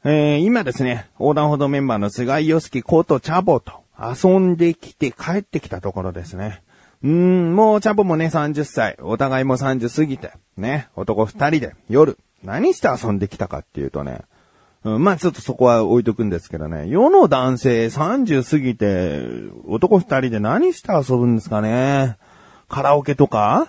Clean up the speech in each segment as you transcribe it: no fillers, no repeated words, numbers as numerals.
今ですね、横断歩道メンバーの菅井良樹ことチャボと遊んできて帰ってきたところですね。もうチャボもね30歳、お互いも30過ぎて、ね、男2人で夜、何して遊んできたかっていうとね、まあちょっとそこは置いとくんですけどね、世の男性30過ぎて、男2人で何して遊ぶんですかね。カラオケとか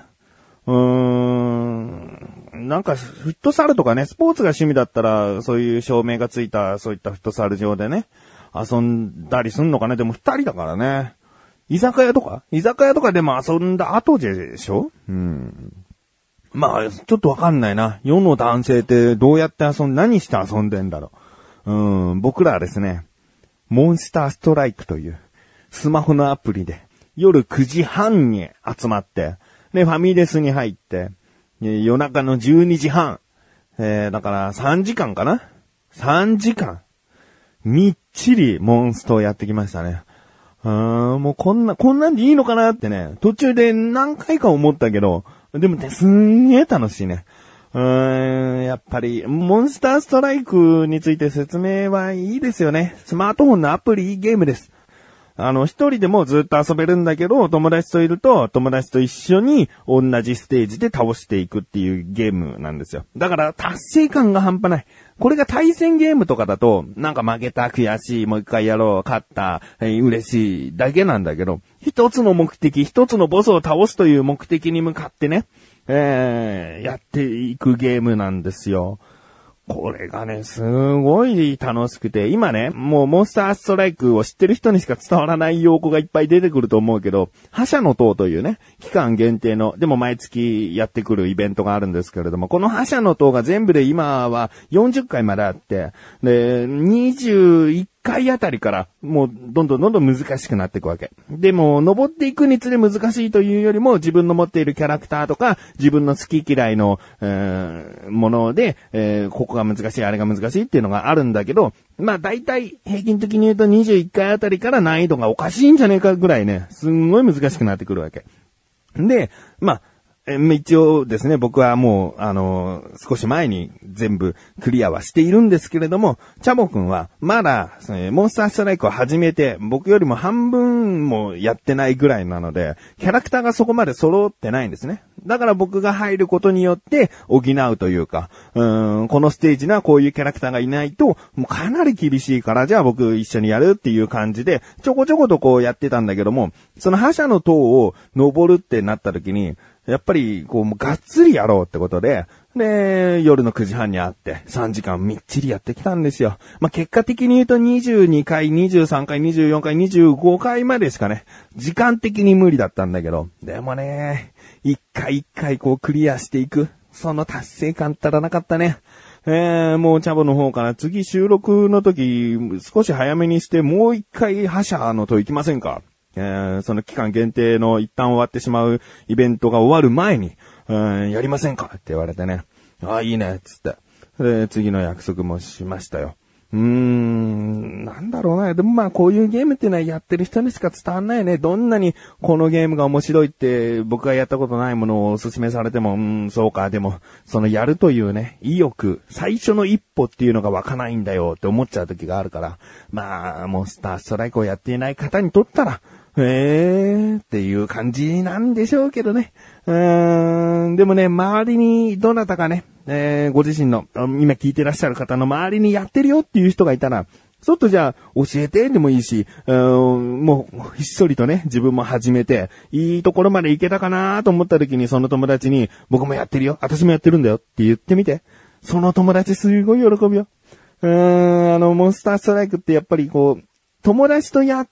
なんか、フットサルとかね、スポーツが趣味だったら、そういう照明がついた、そういったフットサル場でね、遊んだりすんのかね。でも二人だからね。居酒屋とかでも遊んだ後でしょ？まあ、ちょっとわかんないな。世の男性ってどうやって何して遊んでんだろう。僕らはですね、モンスターストライクというスマホのアプリで夜9時半に集まって、で、ファミレスに入って、夜中の12時半、だから3時間かな ?3 時間。みっちりモンストをやってきましたね。もうこんなんでいいのかなってね、途中で何回か思ったけど、でもね、すんげー楽しいね。やっぱり、モンスターストライクについて説明はいいですよね。スマートフォンのアプリいいゲームです。一人でもずっと遊べるんだけど、友達といると、友達と一緒に同じステージで倒していくっていうゲームなんですよ。だから達成感が半端ない。これが対戦ゲームとかだと、なんか負けた、悔しい、もう一回やろう、勝った、嬉しいだけなんだけど、一つの目的、一つのボスを倒すという目的に向かってね、やっていくゲームなんですよ。これがね、すごい楽しくて、今ね、もうモンスターストライクを知ってる人にしか伝わらない用語がいっぱい出てくると思うけど、覇者の塔というね、期間限定の、でも毎月やってくるイベントがあるんですけれども、この覇者の塔が全部で今は40回まであって、で、21回あたりからもうどんどん難しくなっていくわけ。でも、登っていくにつれ難しいというよりも、自分の持っているキャラクターとか、自分の好き嫌いの、もので、ここが難しい、あれが難しいっていうのがあるんだけど、まあ大体平均的に言うと21回あたりから難易度がおかしいんじゃねえかぐらいね、すんごい難しくなってくるわけ。で、まあ、一応ですね、僕はもう、少し前に全部クリアはしているんですけれども、チャボくんはまだ、モンスターストライクを始めて、僕よりも半分もやってないぐらいなので、キャラクターがそこまで揃ってないんですね。だから僕が入ることによって補うというか、このステージにはこういうキャラクターがいないと、もうかなり厳しいから、じゃあ僕一緒にやるっていう感じで、ちょこちょことこうやってたんだけども、その覇者の塔を登るってなった時に、やっぱり、こう、もうがっつりやろうってことで、で、夜の9時半に会って、3時間みっちりやってきたんですよ。まあ、結果的に言うと22回、23回、24回、25回までしかね、時間的に無理だったんだけど、でもね、一回一回こうクリアしていく、その達成感ったらなかったね。もうチャボの方から次収録の時、少し早めにして、もう一回覇者の塔行きませんか？その期間限定の一旦終わってしまうイベントが終わる前に、やりませんかって言われてね。ああ、いいね、つって。で、次の約束もしましたよ。なんだろうな。でもまあこういうゲームっていうのはやってる人にしか伝わんないね。どんなにこのゲームが面白いって僕がやったことないものをお勧めされても、そうか。でも、そのやるというね、意欲、最初の一歩っていうのが湧かないんだよって思っちゃう時があるから。まあ、モンスターストライクをやっていない方にとったら、っていう感じなんでしょうけどね。でもね、周りにどなたかね、ご自身の、今聞いてらっしゃる方の周りにやってるよっていう人がいたら、ちょっとじゃあ教えてでもいいし、もうひっそりとね、自分も始めて、いいところまで行けたかなと思った時にその友達に、僕もやってるよ、私もやってるんだよって言ってみて。その友達すごい喜ぶよ。モンスターストライクってやっぱりこう、友達とやって、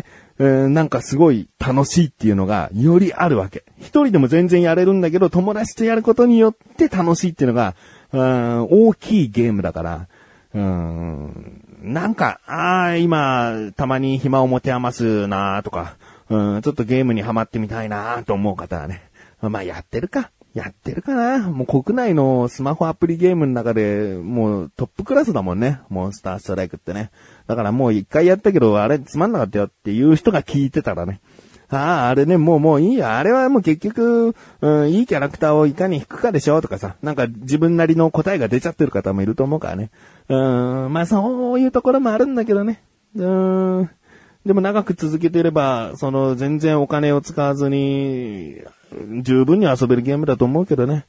なんかすごい楽しいっていうのがよりあるわけ。一人でも全然やれるんだけど、友達とやることによって楽しいっていうのが、大きいゲームだから、なんか、今、たまに暇を持て余すなとか、ちょっとゲームにハマってみたいなと思う方はね、まあやってるかな。もう国内のスマホアプリゲームの中でもうトップクラスだもんね。モンスターストライクってね。だからもう一回やったけど、あれつまんなかったよっていう人が聞いてたらね。 あれね、もういいや。あれはもう結局、いいキャラクターをいかに引くかでしょとかさ、なんか自分なりの答えが出ちゃってる方もいると思うからね。まあそういうところもあるんだけどね。でも長く続けていれば、全然お金を使わずに、十分に遊べるゲームだと思うけどね。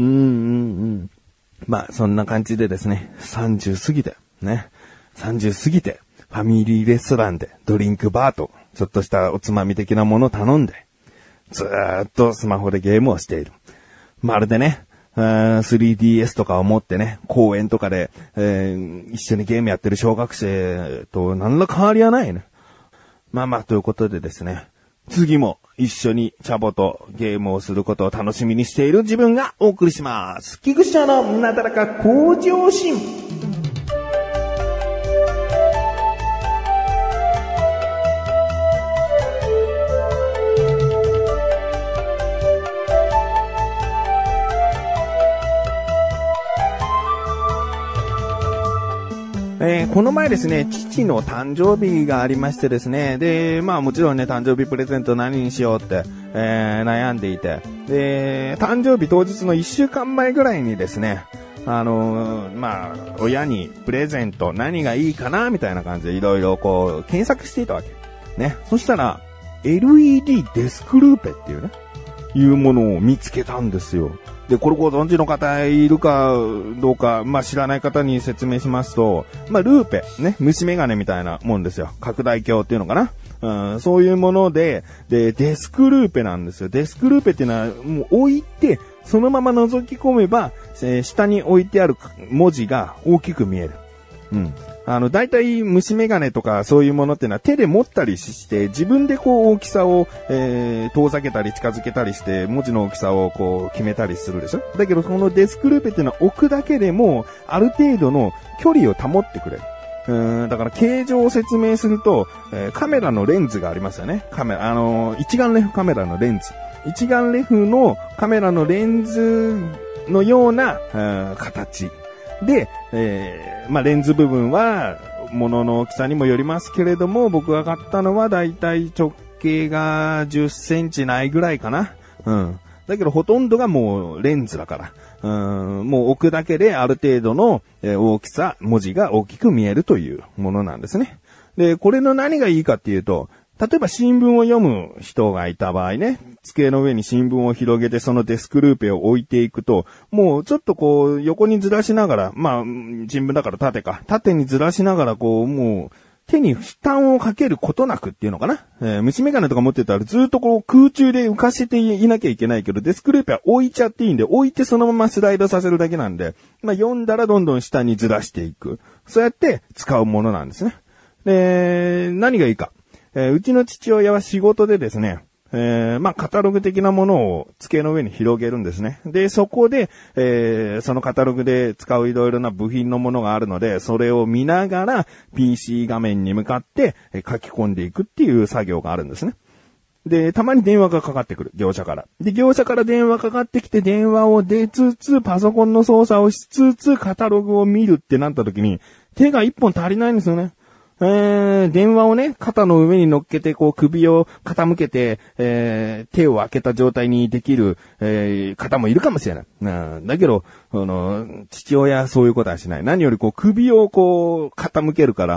まあそんな感じでですね、30過ぎて、30過ぎて、ファミリーレストランでドリンクバーと、ちょっとしたおつまみ的なものを頼んで、ずーっとスマホでゲームをしている。まるでね、3DS とかを持ってね、公園とかで、一緒にゲームやってる小学生と何ら変わりはないね。まあということでですね、次も一緒にチャボとゲームをすることを楽しみにしている自分がお送りします。菊池のなだらか向上心。この前ですね、父の誕生日がありましてですね、で、まあもちろんね、誕生日プレゼント何にしようって、悩んでいて、で、誕生日当日の1週間前ぐらいにですね、まあ、親にプレゼント何がいいかなみたいな感じでいろいろこう、検索していたわけ。ね。そしたら、LED デスクルーペっていうね、いうものを見つけたんですよ。で、これご存知の方いるかどうか、まあ、知らない方に説明しますと、まあ、ルーペ、ね、虫眼鏡みたいなもんですよ。拡大鏡っていうのかな。そういうもので、デスクルーペなんですよ。デスクルーペっていうのは、もう置いて、そのまま覗き込めば、下に置いてある文字が大きく見える。大体虫眼鏡とかそういうものってのは手で持ったりして自分でこう大きさを、遠ざけたり近づけたりして文字の大きさをこう決めたりするでしょ。だけどこのデスクルーペっていうのは置くだけでもある程度の距離を保ってくれる。だから形状を説明すると、カメラのレンズがありますよね。一眼レフカメラのレンズ。一眼レフのカメラのレンズのような、形。で、まあ、レンズ部分は、物の大きさにもよりますけれども、僕が買ったのはだいたい直径が10センチないぐらいかな。だけどほとんどがもうレンズだから。もう置くだけである程度の大きさ、文字が大きく見えるというものなんですね。で、これの何がいいかっていうと、例えば新聞を読む人がいた場合ね、机の上に新聞を広げてそのデスクルーペを置いていくと、もうちょっとこう横にずらしながら、まあ新聞だから縦にずらしながらこうもう手に負担をかけることなくっていうのかな。虫眼鏡とか持ってたらずっとこう空中で浮かせていなきゃいけないけど、デスクルーペは置いちゃっていいんで、置いてそのままスライドさせるだけなんで、まあ読んだらどんどん下にずらしていく。そうやって使うものなんですね。で、何がいいか。うちの父親は仕事でですね、まあ、カタログ的なものを机の上に広げるんですね。で、そこで、そのカタログで使ういろいろな部品のものがあるので、それを見ながら PC 画面に向かって書き込んでいくっていう作業があるんですね。で、たまに電話がかかってくる、業者から。で、業者から電話かかってきて電話を出つつ、パソコンの操作をしつつ、カタログを見るってなった時に、手が一本足りないんですよね。電話をね、肩の上に乗っけて、こう首を傾けて、手を開けた状態にできる、方もいるかもしれない。だけど、父親はそういうことはしない。何よりこう首をこう傾けるから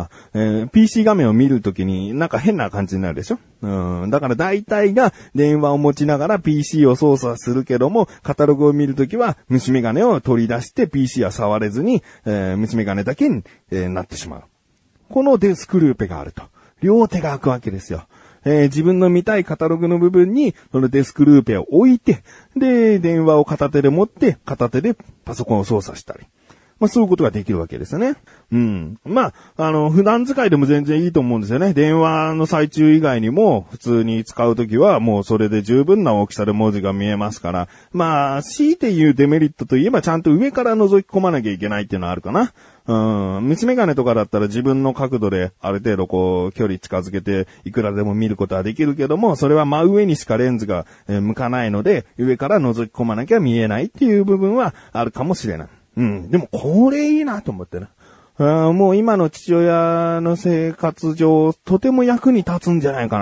、PC 画面を見るときになんか変な感じになるでしょ。だから大体が電話を持ちながら PC を操作するけども、カタログを見るときは虫眼鏡を取り出して PC は触れずに、虫眼鏡だけに、なってしまう。このデスクルーペがあると。両手が開くわけですよ。自分の見たいカタログの部分に、そのデスクルーペを置いて、で、電話を片手で持って、片手でパソコンを操作したり。まあ、そういうことができるわけですよね。まあ、普段使いでも全然いいと思うんですよね。電話の最中以外にも、普通に使うときは、もうそれで十分な大きさで文字が見えますから、まあ、強いて言うデメリットといえば、ちゃんと上から覗き込まなきゃいけないっていうのはあるかな。虫眼鏡とかだったら自分の角度である程度こう距離近づけていくらでも見ることはできるけども、それは真上にしかレンズが向かないので、上から覗き込まなきゃ見えないっていう部分はあるかもしれない。でもこれいいなと思ってね。もう今の父親の生活上とても役に立つんじゃないかな。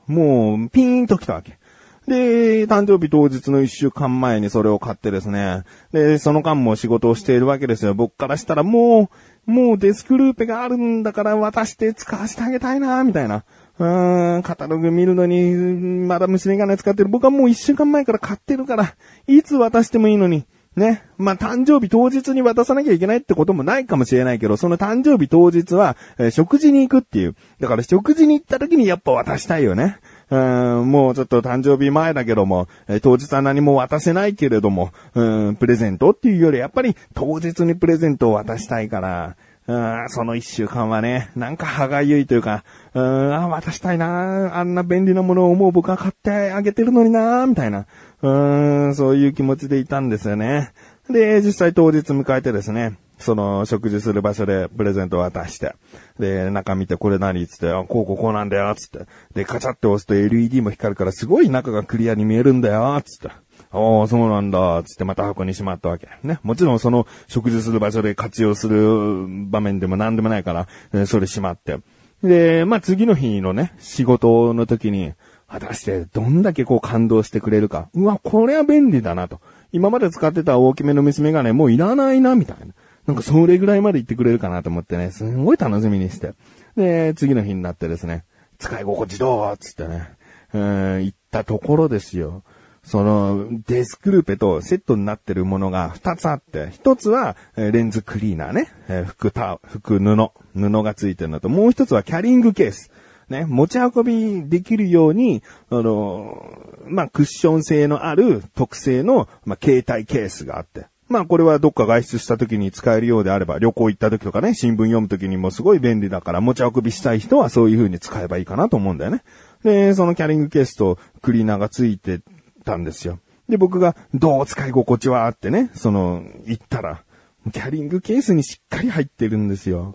もう、ピーンと来たわけ。で、誕生日当日の1週間前にそれを買ってですね。で、その間も仕事をしているわけですよ。僕からしたらもうデスクルーペがあるんだから渡して使わせてあげたいな、みたいな。カタログ見るのに、まだ虫眼鏡使ってる。僕はもう1週間前から買ってるから、いつ渡してもいいのに。ね。まあ、誕生日当日に渡さなきゃいけないってこともないかもしれないけど、その誕生日当日は、食事に行くっていう。だから食事に行った時にやっぱ渡したいよね。もうちょっと誕生日前だけども、当日は何も渡せないけれども、プレゼントっていうよりやっぱり当日にプレゼントを渡したいから、その1週間はね、なんか歯がゆいというか、渡したいな、あんな便利なものをもう僕は買ってあげてるのにな、みたいな。そういう気持ちでいたんですよね。で、実際当日迎えてですね、その食事する場所でプレゼントを渡して、で、中見てこれ何つって、こうなんだよ、つって。で、カチャって押すと LED も光るからすごい中がクリアに見えるんだよ、つって。そうなんだ、つってまた箱にしまったわけ。ね。もちろんその食事する場所で活用する場面でも何でもないから、それしまって。で、まあ、次の日のね、仕事の時に、果たしてどんだけこう感動してくれるか。うわ、これは便利だなと。今まで使ってた大きめの虫眼鏡もういらないな、みたいな。なんかそれぐらいまで言ってくれるかなと思ってね、すごい楽しみにして。で、次の日になってですね、使い心地どうつってね、行ったところですよ。その、デスクルーペとセットになってるものが2つあって、1つはレンズクリーナーね、布がついてるのと、もう1つはキャリングケース。ね、持ち運びできるように、まあ、クッション性のある特製の、まあ、携帯ケースがあって。まあこれはどっか外出した時に使えるようであれば、旅行行った時とかね、新聞読む時にもすごい便利だから持ち運びしたい人はそういう風に使えばいいかなと思うんだよね。で、そのキャリングケースとクリーナーがついてたんですよ。で、僕がどう使い心地はってね、言ったら、キャリングケースにしっかり入ってるんですよ。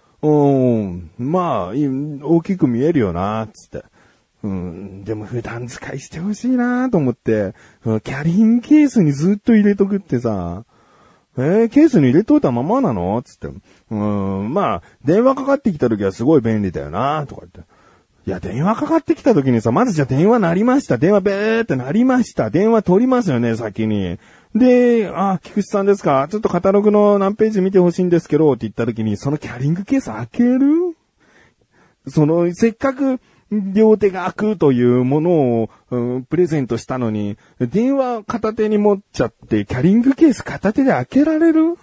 まあ、大きく見えるよな、つって。でも普段使いしてほしいなと思って、キャリングケースにずっと入れとくってさ、ケースに入れといたままなのつって。まあ、電話かかってきた時はすごい便利だよなとか言って。いや、電話かかってきた時にさ、まずじゃあ電話鳴りました。電話ベーって鳴りました。電話取りますよね、先に。で、菊池さんですか？ちょっとカタログの何ページ見てほしいんですけど、って言った時に、そのキャリングケース開ける？せっかく、両手が開くというものを、プレゼントしたのに、電話片手に持っちゃって、キャリングケース片手で開けられる？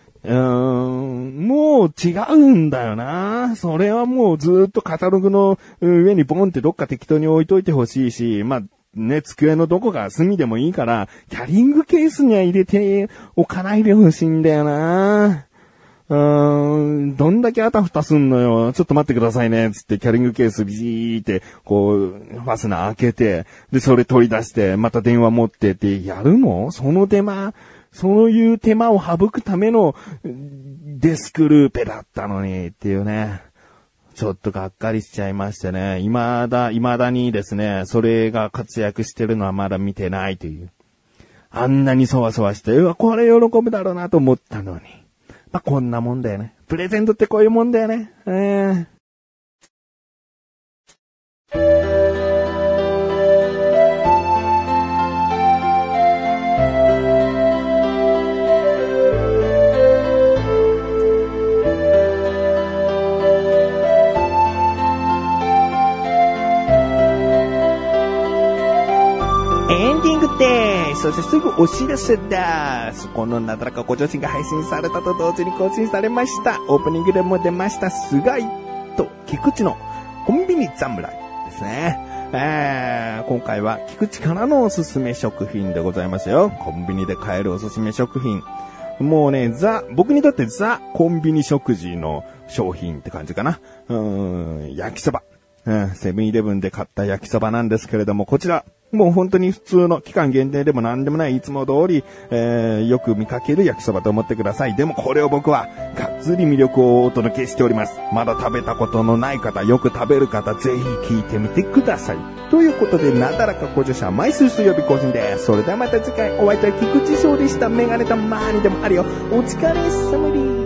もう違うんだよな。それはもうずっとカタログの上にボンってどっか適当に置いといてほしいし、まあ、ね、机のどこか隅でもいいから、キャリングケースには入れておかないでほしいんだよな。どんだけあたふたすんのよ。ちょっと待ってくださいね。つってキャリングケースビーって、こう、ファスナー開けて、で、それ取り出して、また電話持ってってやるの？そういう手間を省くためのデスクルーペだったのにっていうね。ちょっとがっかりしちゃいましてね。未だにですね、それが活躍してるのはまだ見てないという。あんなにそわそわして、これ喜ぶだろうなと思ったのに。まあ、こんなもんだよね。プレゼントってこういうもんだよね。エンディングです。そしてすぐお知らせです。このなだらかご女子が配信されたと同時に更新されました。オープニングでも出ました、菅井と菊池のコンビニ侍ですね。今回は菊池からのおすすめ食品でございますよ。コンビニで買えるおすすめ食品。もうね、僕にとってコンビニ食事の商品って感じかな。焼きそば。セブンイレブンで買った焼きそばなんですけれども、こちら。もう本当に普通の期間限定でも何でもないいつも通り、よく見かける焼きそばと思ってください。でもこれを僕はがっつり魅力をお届けしております。まだ食べたことのない方、よく食べる方、ぜひ聞いてみてください。ということで、なだらかご女子は毎週水曜日更新です。それではまた次回お会いいたい菊池翔でした。メガネたまーにでもあるよ。お疲れ様です。